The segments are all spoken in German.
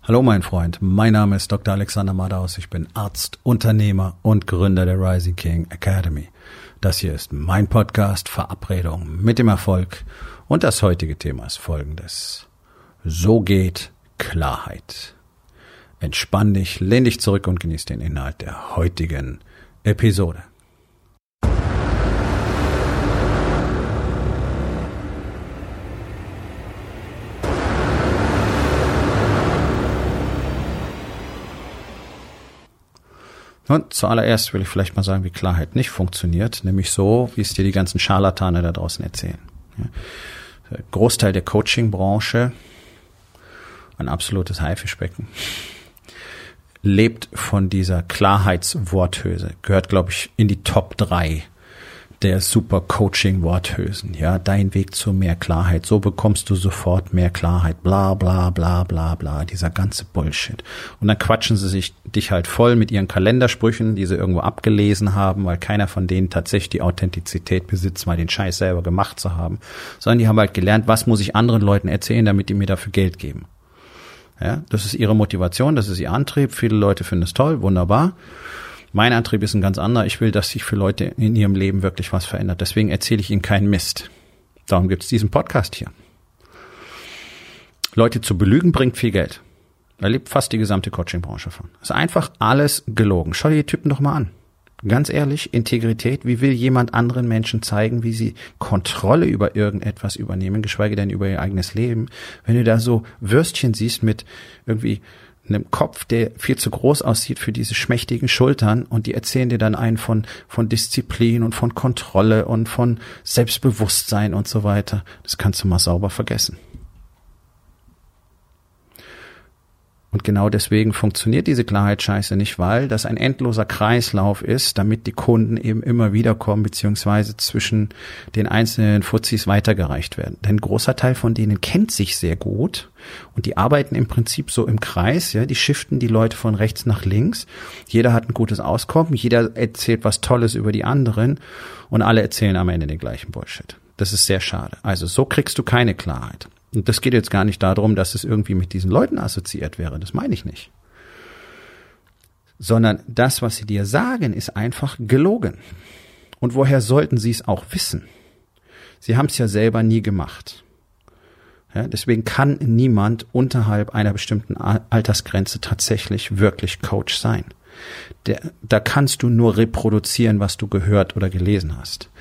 Hallo mein Freund, mein Name ist Dr. Alexander Madaus, ich bin Arzt, Unternehmer und Gründer der Rising King Academy. Das hier ist mein Podcast Verabredung mit dem Erfolg und das heutige Thema ist folgendes. So geht Klarheit. Entspann dich, lehn dich zurück und genieß den Inhalt der heutigen Episode. Und zuallererst will ich vielleicht mal sagen, wie Klarheit nicht funktioniert, nämlich so, wie es dir die ganzen Scharlatane da draußen erzählen. Ja. Der Großteil der Coaching-Branche, ein absolutes Haifischbecken, lebt von dieser Klarheitsworthülse, gehört, glaube ich, in die Top 3 der super Coaching-Worthülsen. Ja, dein Weg zu mehr Klarheit, so bekommst du sofort mehr Klarheit, bla bla bla bla bla, dieser ganze Bullshit. Und dann quatschen sie dich halt voll mit ihren Kalendersprüchen, die sie irgendwo abgelesen haben, weil keiner von denen tatsächlich die Authentizität besitzt, mal den Scheiß selber gemacht zu haben, sondern die haben halt gelernt, was muss ich anderen Leuten erzählen, damit die mir dafür Geld geben. Ja, das ist ihre Motivation, das ist ihr Antrieb. Viele Leute finden es toll, wunderbar. Mein Antrieb ist ein ganz anderer. Ich will, dass sich für Leute in ihrem Leben wirklich was verändert. Deswegen erzähle ich ihnen keinen Mist. Darum gibt es diesen Podcast hier. Leute zu belügen bringt viel Geld. Da lebt fast die gesamte Coaching-Branche von. Das ist einfach alles gelogen. Schau dir die Typen doch mal an. Ganz ehrlich, Integrität, wie will jemand anderen Menschen zeigen, wie sie Kontrolle über irgendetwas übernehmen, geschweige denn über ihr eigenes Leben, wenn du da so Würstchen siehst mit irgendwie einem Kopf, der viel zu groß aussieht für diese schmächtigen Schultern und die erzählen dir dann einen von Disziplin und von Kontrolle und von Selbstbewusstsein und so weiter. Das kannst du mal sauber vergessen. Und genau deswegen funktioniert diese Klarheitsscheiße nicht, weil das ein endloser Kreislauf ist, damit die Kunden eben immer wieder kommen, beziehungsweise zwischen den einzelnen Fuzis weitergereicht werden. Denn ein großer Teil von denen kennt sich sehr gut und die arbeiten im Prinzip so im Kreis, ja, die shiften die Leute von rechts nach links. Jeder hat ein gutes Auskommen, jeder erzählt was Tolles über die anderen und alle erzählen am Ende den gleichen Bullshit. Das ist sehr schade. Also so kriegst du keine Klarheit. Und das geht jetzt gar nicht darum, dass es irgendwie mit diesen Leuten assoziiert wäre. Das meine ich nicht. Sondern das, was sie dir sagen, ist einfach gelogen. Und woher sollten sie es auch wissen? Sie haben es ja selber nie gemacht. Ja, deswegen kann niemand unterhalb einer bestimmten Altersgrenze tatsächlich wirklich Coach sein. Da kannst du nur reproduzieren, was du gehört oder gelesen hast.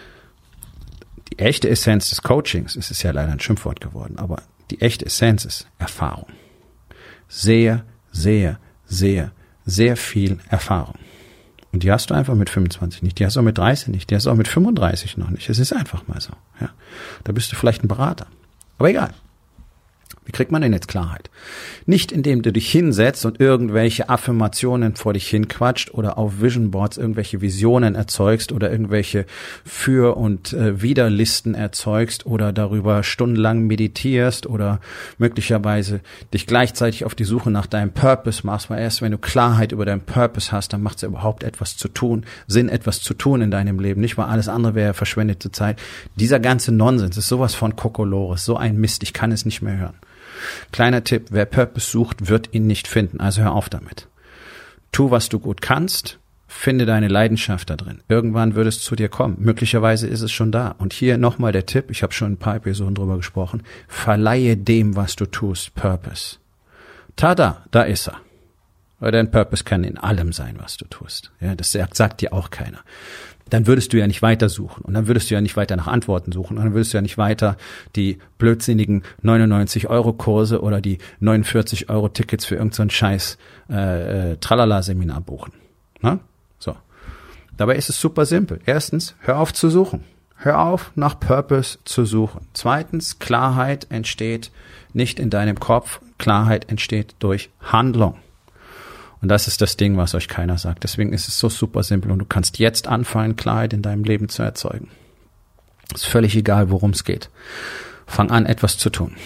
Die echte Essenz des Coachings, es ist ja leider ein Schimpfwort geworden, aber die echte Essenz ist Erfahrung. Sehr, sehr, sehr, sehr viel Erfahrung. Und die hast du einfach mit 25 nicht, die hast du auch mit 30 nicht, die hast du auch mit 35 noch nicht. Es ist einfach mal so. Ja. Da bist du vielleicht ein Berater. Aber egal. Wie kriegt man denn jetzt Klarheit? Nicht, indem du dich hinsetzt und irgendwelche Affirmationen vor dich hinquatscht oder auf Vision Boards irgendwelche Visionen erzeugst oder irgendwelche Für- und Widerlisten erzeugst oder darüber stundenlang meditierst oder möglicherweise dich gleichzeitig auf die Suche nach deinem Purpose machst, weil erst wenn du Klarheit über deinen Purpose hast, dann macht es ja überhaupt etwas zu tun, Sinn, etwas zu tun in deinem Leben, nicht mal alles andere wäre verschwendete Zeit. Dieser ganze Nonsens ist sowas von Kokolores, so ein Mist, ich kann es nicht mehr hören. Kleiner Tipp, wer Purpose sucht, wird ihn nicht finden, also hör auf damit. Tu, was du gut kannst, finde deine Leidenschaft da drin. Irgendwann wird es zu dir kommen, möglicherweise ist es schon da. Und hier nochmal der Tipp, ich habe schon ein paar Episoden drüber gesprochen, verleihe dem, was du tust, Purpose. Tada, da ist er. Weil dein Purpose kann in allem sein, was du tust. Ja, das sagt dir auch keiner. Dann würdest du ja nicht weiter suchen und dann würdest du ja nicht weiter nach Antworten suchen und dann würdest du ja nicht weiter die blödsinnigen 99-Euro-Kurse oder die 49-Euro-Tickets für irgendein Scheiß Tralala-Seminar buchen. Na? So. Dabei ist es super simpel. Erstens, hör auf zu suchen. Hör auf, nach Purpose zu suchen. Zweitens, Klarheit entsteht nicht in deinem Kopf. Klarheit entsteht durch Handlung. Und das ist das Ding, was euch keiner sagt. Deswegen ist es so super simpel und du kannst jetzt anfangen, Klarheit in deinem Leben zu erzeugen. Ist völlig egal, worum es geht. Fang an, etwas zu tun.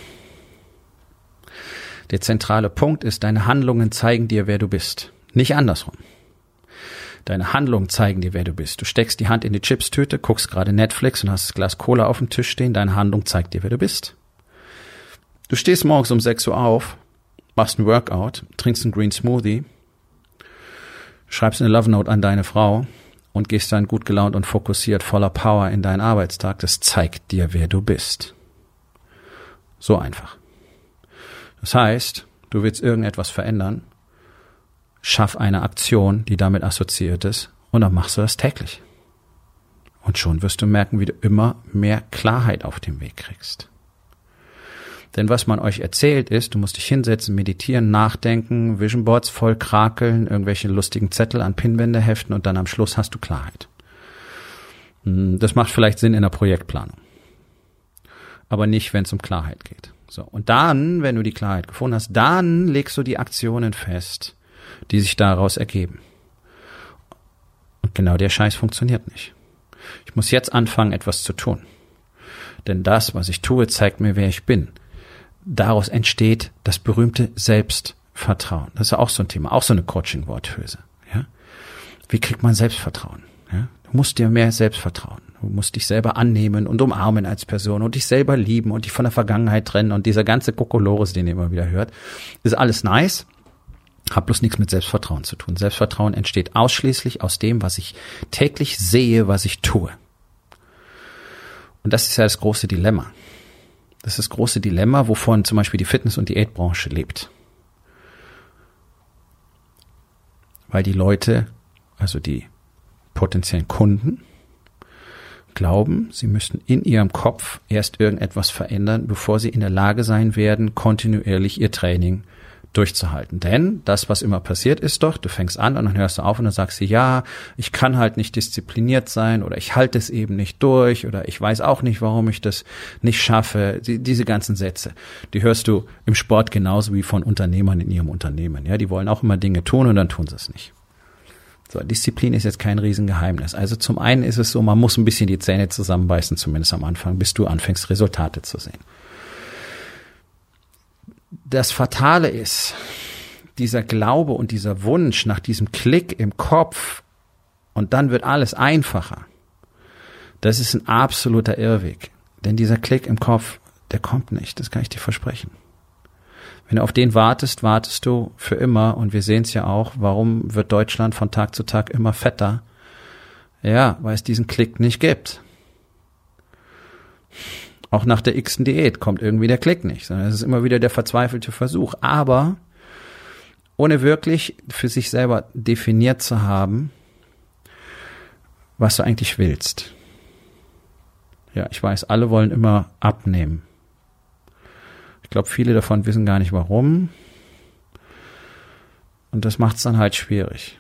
Der zentrale Punkt ist, deine Handlungen zeigen dir, wer du bist. Nicht andersrum. Deine Handlungen zeigen dir, wer du bist. Du steckst die Hand in die Chipstüte, guckst gerade Netflix und hast das Glas Cola auf dem Tisch stehen. Deine Handlung zeigt dir, wer du bist. Du stehst morgens um 6 Uhr auf, machst ein Workout, trinkst einen Green Smoothie, schreibst eine Love Note an deine Frau und gehst dann gut gelaunt und fokussiert voller Power in deinen Arbeitstag. Das zeigt dir, wer du bist. So einfach. Das heißt, du willst irgendetwas verändern, schaff eine Aktion, die damit assoziiert ist, und dann machst du das täglich. Und schon wirst du merken, wie du immer mehr Klarheit auf dem Weg kriegst. Denn was man euch erzählt ist, du musst dich hinsetzen, meditieren, nachdenken, Vision Boards voll krakeln, irgendwelche lustigen Zettel an Pinnwände heften und dann am Schluss hast du Klarheit. Das macht vielleicht Sinn in der Projektplanung. Aber nicht, wenn es um Klarheit geht. So. Und dann, wenn du die Klarheit gefunden hast, dann legst du die Aktionen fest, die sich daraus ergeben. Und genau der Scheiß funktioniert nicht. Ich muss jetzt anfangen, etwas zu tun. Denn das, was ich tue, zeigt mir, wer ich bin. Daraus entsteht das berühmte Selbstvertrauen. Das ist auch so ein Thema, auch so eine Coaching-Worthülse. Ja? Wie kriegt man Selbstvertrauen? Ja? Du musst dir mehr Selbstvertrauen. Du musst dich selber annehmen und umarmen als Person und dich selber lieben und dich von der Vergangenheit trennen und dieser ganze Kokolores, den ihr immer wieder hört, ist alles nice. Hat bloß nichts mit Selbstvertrauen zu tun. Selbstvertrauen entsteht ausschließlich aus dem, was ich täglich sehe, was ich tue. Und das ist ja das große Dilemma. Das ist das große Dilemma, wovon zum Beispiel die Fitness- und Diätbranche lebt. Weil die Leute, also die potenziellen Kunden, glauben, sie müssten in ihrem Kopf erst irgendetwas verändern, bevor sie in der Lage sein werden, kontinuierlich ihr Training durchzuhalten. Denn das, was immer passiert, ist doch, du fängst an und dann hörst du auf und dann sagst du, ja, ich kann halt nicht diszipliniert sein oder ich halte es eben nicht durch oder ich weiß auch nicht, warum ich das nicht schaffe. Diese ganzen Sätze, die hörst du im Sport genauso wie von Unternehmern in ihrem Unternehmen. Ja, die wollen auch immer Dinge tun und dann tun sie es nicht. So, Disziplin ist jetzt kein Riesengeheimnis. Also zum einen ist es so, man muss ein bisschen die Zähne zusammenbeißen, zumindest am Anfang, bis du anfängst, Resultate zu sehen. Das Fatale ist, dieser Glaube und dieser Wunsch nach diesem Klick im Kopf und dann wird alles einfacher. Das ist ein absoluter Irrweg. Denn dieser Klick im Kopf, der kommt nicht, das kann ich dir versprechen. Wenn du auf den wartest, wartest du für immer und wir sehen es ja auch, warum wird Deutschland von Tag zu Tag immer fetter? Ja, weil es diesen Klick nicht gibt. Auch nach der x-ten Diät kommt irgendwie der Klick nicht, sondern es ist immer wieder der verzweifelte Versuch. Aber ohne wirklich für sich selber definiert zu haben, was du eigentlich willst. Ja, ich weiß, alle wollen immer abnehmen. Ich glaube, viele davon wissen gar nicht warum. Und das macht es dann halt schwierig.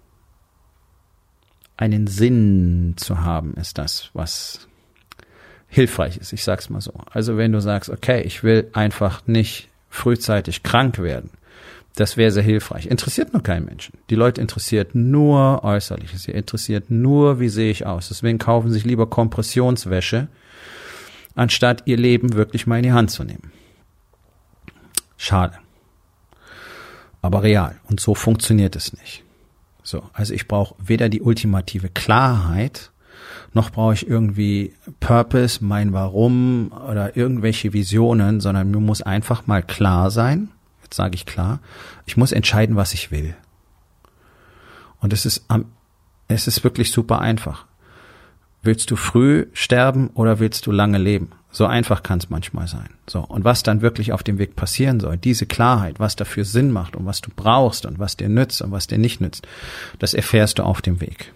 Einen Sinn zu haben, ist das, was hilfreich ist, ich sag's mal so. Also wenn du sagst, okay, ich will einfach nicht frühzeitig krank werden, das wäre sehr hilfreich. Interessiert nur keinen Menschen. Die Leute interessiert nur Äußerliches. Sie interessiert nur, wie sehe ich aus. Deswegen kaufen sich lieber Kompressionswäsche, anstatt ihr Leben wirklich mal in die Hand zu nehmen. Schade. Aber real. Und so funktioniert es nicht. So, also ich brauche weder die ultimative Klarheit, noch brauche ich irgendwie Purpose, mein Warum oder irgendwelche Visionen, sondern mir muss einfach mal klar sein, jetzt sage ich klar, ich muss entscheiden, was ich will. Und es ist wirklich super einfach. Willst du früh sterben oder willst du lange leben? So einfach kann es manchmal sein. So, und was dann wirklich auf dem Weg passieren soll, diese Klarheit, was dafür Sinn macht und was du brauchst und was dir nützt und was dir nicht nützt, das erfährst du auf dem Weg.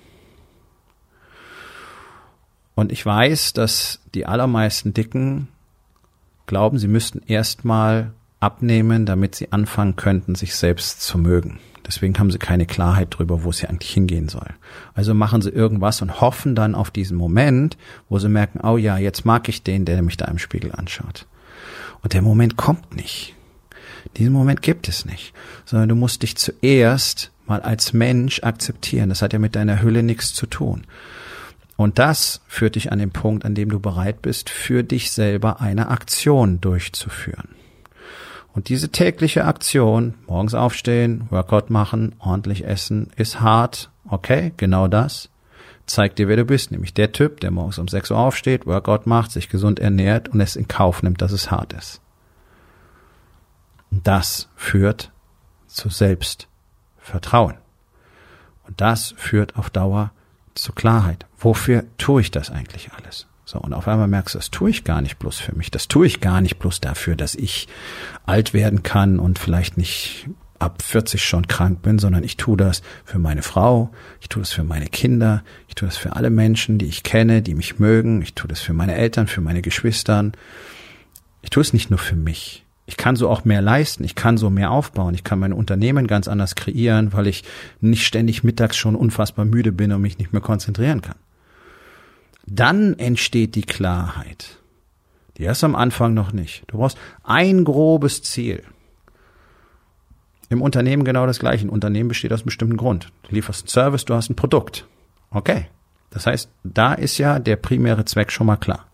Und ich weiß, dass die allermeisten Dicken glauben, sie müssten erstmal abnehmen, damit sie anfangen könnten, sich selbst zu mögen. Deswegen haben sie keine Klarheit darüber, wo es hier eigentlich hingehen soll. Also machen sie irgendwas und hoffen dann auf diesen Moment, wo sie merken, oh ja, jetzt mag ich den, der mich da im Spiegel anschaut. Und der Moment kommt nicht. Diesen Moment gibt es nicht. Sondern du musst dich zuerst mal als Mensch akzeptieren. Das hat ja mit deiner Hülle nichts zu tun. Und das führt dich an den Punkt, an dem du bereit bist, für dich selber eine Aktion durchzuführen. Und diese tägliche Aktion, morgens aufstehen, Workout machen, ordentlich essen, ist hart. Okay, genau das zeigt dir, wer du bist. Nämlich der Typ, der morgens um 6 Uhr aufsteht, Workout macht, sich gesund ernährt und es in Kauf nimmt, dass es hart ist. Das führt zu Selbstvertrauen. Und das führt auf Dauer zu Klarheit. Wofür tue ich das eigentlich alles? So, und auf einmal merkst du, das tue ich gar nicht bloß für mich. Das tue ich gar nicht bloß dafür, dass ich alt werden kann und vielleicht nicht ab 40 schon krank bin, sondern ich tue das für meine Frau, ich tue das für meine Kinder, ich tue das für alle Menschen, die ich kenne, die mich mögen, ich tue das für meine Eltern, für meine Geschwistern. Ich tue es nicht nur für mich. Ich kann so auch mehr leisten, ich kann so mehr aufbauen, ich kann mein Unternehmen ganz anders kreieren, weil ich nicht ständig mittags schon unfassbar müde bin und mich nicht mehr konzentrieren kann. Dann entsteht die Klarheit. Die ist am Anfang noch nicht. Du brauchst ein grobes Ziel. Im Unternehmen genau das Gleiche. Ein Unternehmen besteht aus einem bestimmten Grund. Du lieferst einen Service, du hast ein Produkt. Okay. Das heißt, da ist ja der primäre Zweck schon mal klar.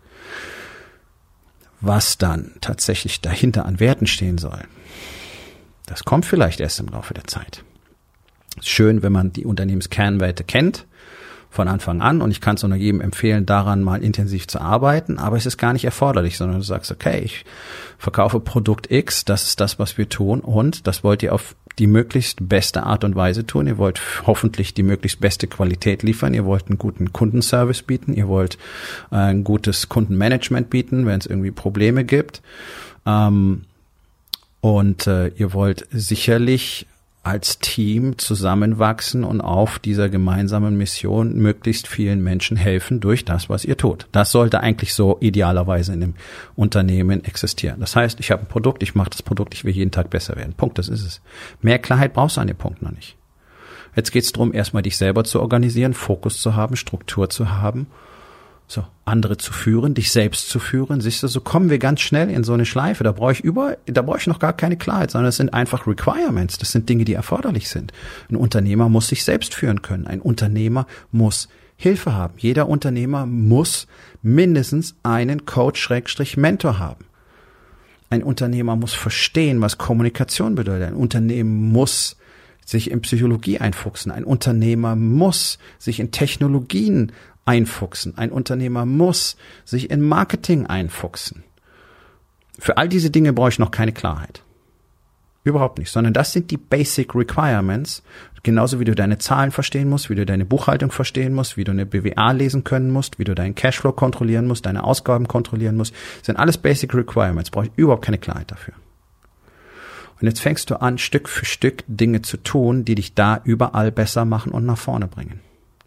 Was dann tatsächlich dahinter an Werten stehen soll, das kommt vielleicht erst im Laufe der Zeit. Schön, wenn man die Unternehmenskernwerte kennt, von Anfang an, und ich kann es nur jedem empfehlen, daran mal intensiv zu arbeiten, aber es ist gar nicht erforderlich, sondern du sagst, okay, ich verkaufe Produkt X, das ist das, was wir tun, und das wollt ihr auf die möglichst beste Art und Weise tun, ihr wollt hoffentlich die möglichst beste Qualität liefern, ihr wollt einen guten Kundenservice bieten, ihr wollt ein gutes Kundenmanagement bieten, wenn es irgendwie Probleme gibt, und ihr wollt sicherlich als Team zusammenwachsen und auf dieser gemeinsamen Mission möglichst vielen Menschen helfen durch das, was ihr tut. Das sollte eigentlich so idealerweise in einem Unternehmen existieren. Das heißt, ich habe ein Produkt, ich mache das Produkt, ich will jeden Tag besser werden. Punkt, das ist es. Mehr Klarheit brauchst du an dem Punkt noch nicht. Jetzt geht es darum, erstmal dich selber zu organisieren, Fokus zu haben, Struktur zu haben, so andere zu führen, dich selbst zu führen. Siehst du, so kommen wir ganz schnell in so eine Schleife. Da brauche ich noch gar keine Klarheit, sondern es sind einfach Requirements. Das sind Dinge, die erforderlich sind. Ein Unternehmer muss sich selbst führen können. Ein Unternehmer muss Hilfe haben. Jeder Unternehmer muss mindestens einen Coach/Mentor haben. Ein Unternehmer muss verstehen, was Kommunikation bedeutet. Ein Unternehmen muss sich in Psychologie einfuchsen. Ein Unternehmer muss sich in Technologien einfuchsen. Ein Unternehmer muss sich in Marketing einfuchsen. Für all diese Dinge brauche ich noch keine Klarheit. Überhaupt nicht, sondern das sind die Basic Requirements, genauso wie du deine Zahlen verstehen musst, wie du deine Buchhaltung verstehen musst, wie du eine BWA lesen können musst, wie du deinen Cashflow kontrollieren musst, deine Ausgaben kontrollieren musst. Das sind alles Basic Requirements, brauche ich überhaupt keine Klarheit dafür. Und jetzt fängst du an, Stück für Stück Dinge zu tun, die dich da überall besser machen und nach vorne bringen.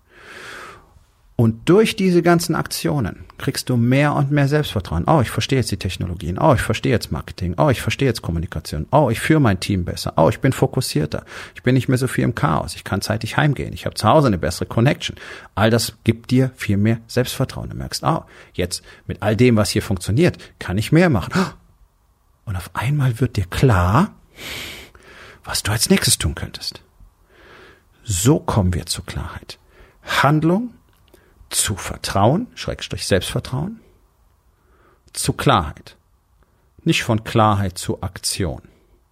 Und durch diese ganzen Aktionen kriegst du mehr und mehr Selbstvertrauen. Oh, ich verstehe jetzt die Technologien. Oh, ich verstehe jetzt Marketing. Oh, ich verstehe jetzt Kommunikation. Oh, ich führe mein Team besser. Oh, ich bin fokussierter. Ich bin nicht mehr so viel im Chaos. Ich kann zeitig heimgehen. Ich habe zu Hause eine bessere Connection. All das gibt dir viel mehr Selbstvertrauen. Du merkst, oh, jetzt mit all dem, was hier funktioniert, kann ich mehr machen. Und auf einmal wird dir klar, was du als nächstes tun könntest. So kommen wir zur Klarheit. Handlung zu Vertrauen, Selbstvertrauen, zu Klarheit. Nicht von Klarheit zu Aktion.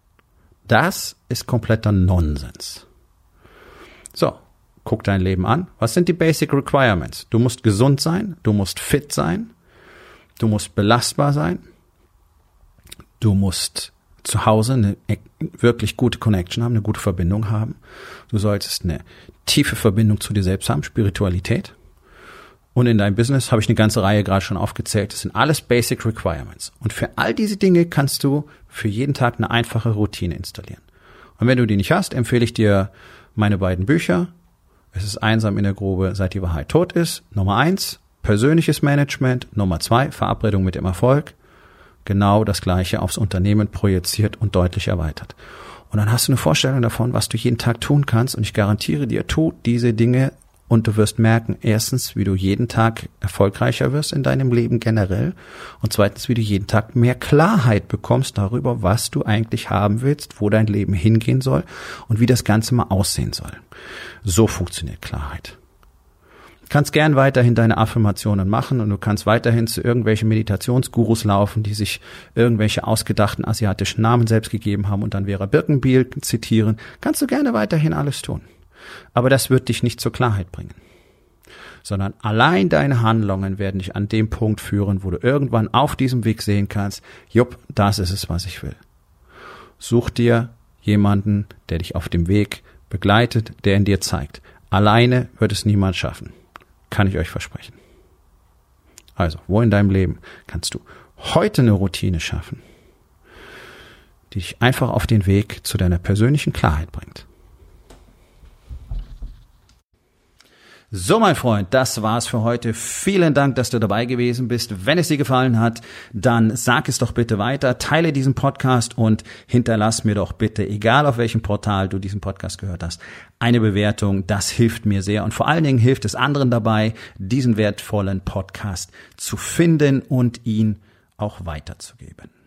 Das ist kompletter Nonsens. So, guck dein Leben an. Was sind die Basic Requirements? Du musst gesund sein, du musst fit sein, du musst belastbar sein, du musst zu Hause eine wirklich gute Connection haben, eine gute Verbindung haben. Du solltest eine tiefe Verbindung zu dir selbst haben, Spiritualität. Und in deinem Business habe ich eine ganze Reihe gerade schon aufgezählt. Das sind alles Basic Requirements. Und für all diese Dinge kannst du für jeden Tag eine einfache Routine installieren. Und wenn du die nicht hast, empfehle ich dir meine beiden Bücher. Es ist einsam in der Grube, seit die Wahrheit tot ist. Nummer 1, persönliches Management. Nummer 2, Verabredung mit dem Erfolg. Genau das Gleiche aufs Unternehmen projiziert und deutlich erweitert. Und dann hast du eine Vorstellung davon, was du jeden Tag tun kannst. Und ich garantiere dir, tu diese Dinge und du wirst merken, erstens, wie du jeden Tag erfolgreicher wirst in deinem Leben generell und zweitens, wie du jeden Tag mehr Klarheit bekommst darüber, was du eigentlich haben willst, wo dein Leben hingehen soll und wie das Ganze mal aussehen soll. So funktioniert Klarheit. Du kannst gern weiterhin deine Affirmationen machen und du kannst weiterhin zu irgendwelchen Meditationsgurus laufen, die sich irgendwelche ausgedachten asiatischen Namen selbst gegeben haben und dann Vera Birkenbiel zitieren. Kannst du gerne weiterhin alles tun. Aber das wird dich nicht zur Klarheit bringen, sondern allein deine Handlungen werden dich an dem Punkt führen, wo du irgendwann auf diesem Weg sehen kannst, jupp, das ist es, was ich will. such dir jemanden, der dich auf dem Weg begleitet, der ihn dir zeigt. Alleine wird es niemand schaffen. Kann ich euch versprechen. Also, wo in deinem Leben kannst du heute eine Routine schaffen, die dich einfach auf den Weg zu deiner persönlichen Klarheit bringt? So, mein Freund, das war's für heute. Vielen Dank, dass du dabei gewesen bist. Wenn es dir gefallen hat, dann sag es doch bitte weiter, teile diesen Podcast und hinterlass mir doch bitte, egal auf welchem Portal du diesen Podcast gehört hast, eine Bewertung. Das hilft mir sehr und vor allen Dingen hilft es anderen dabei, diesen wertvollen Podcast zu finden und ihn auch weiterzugeben.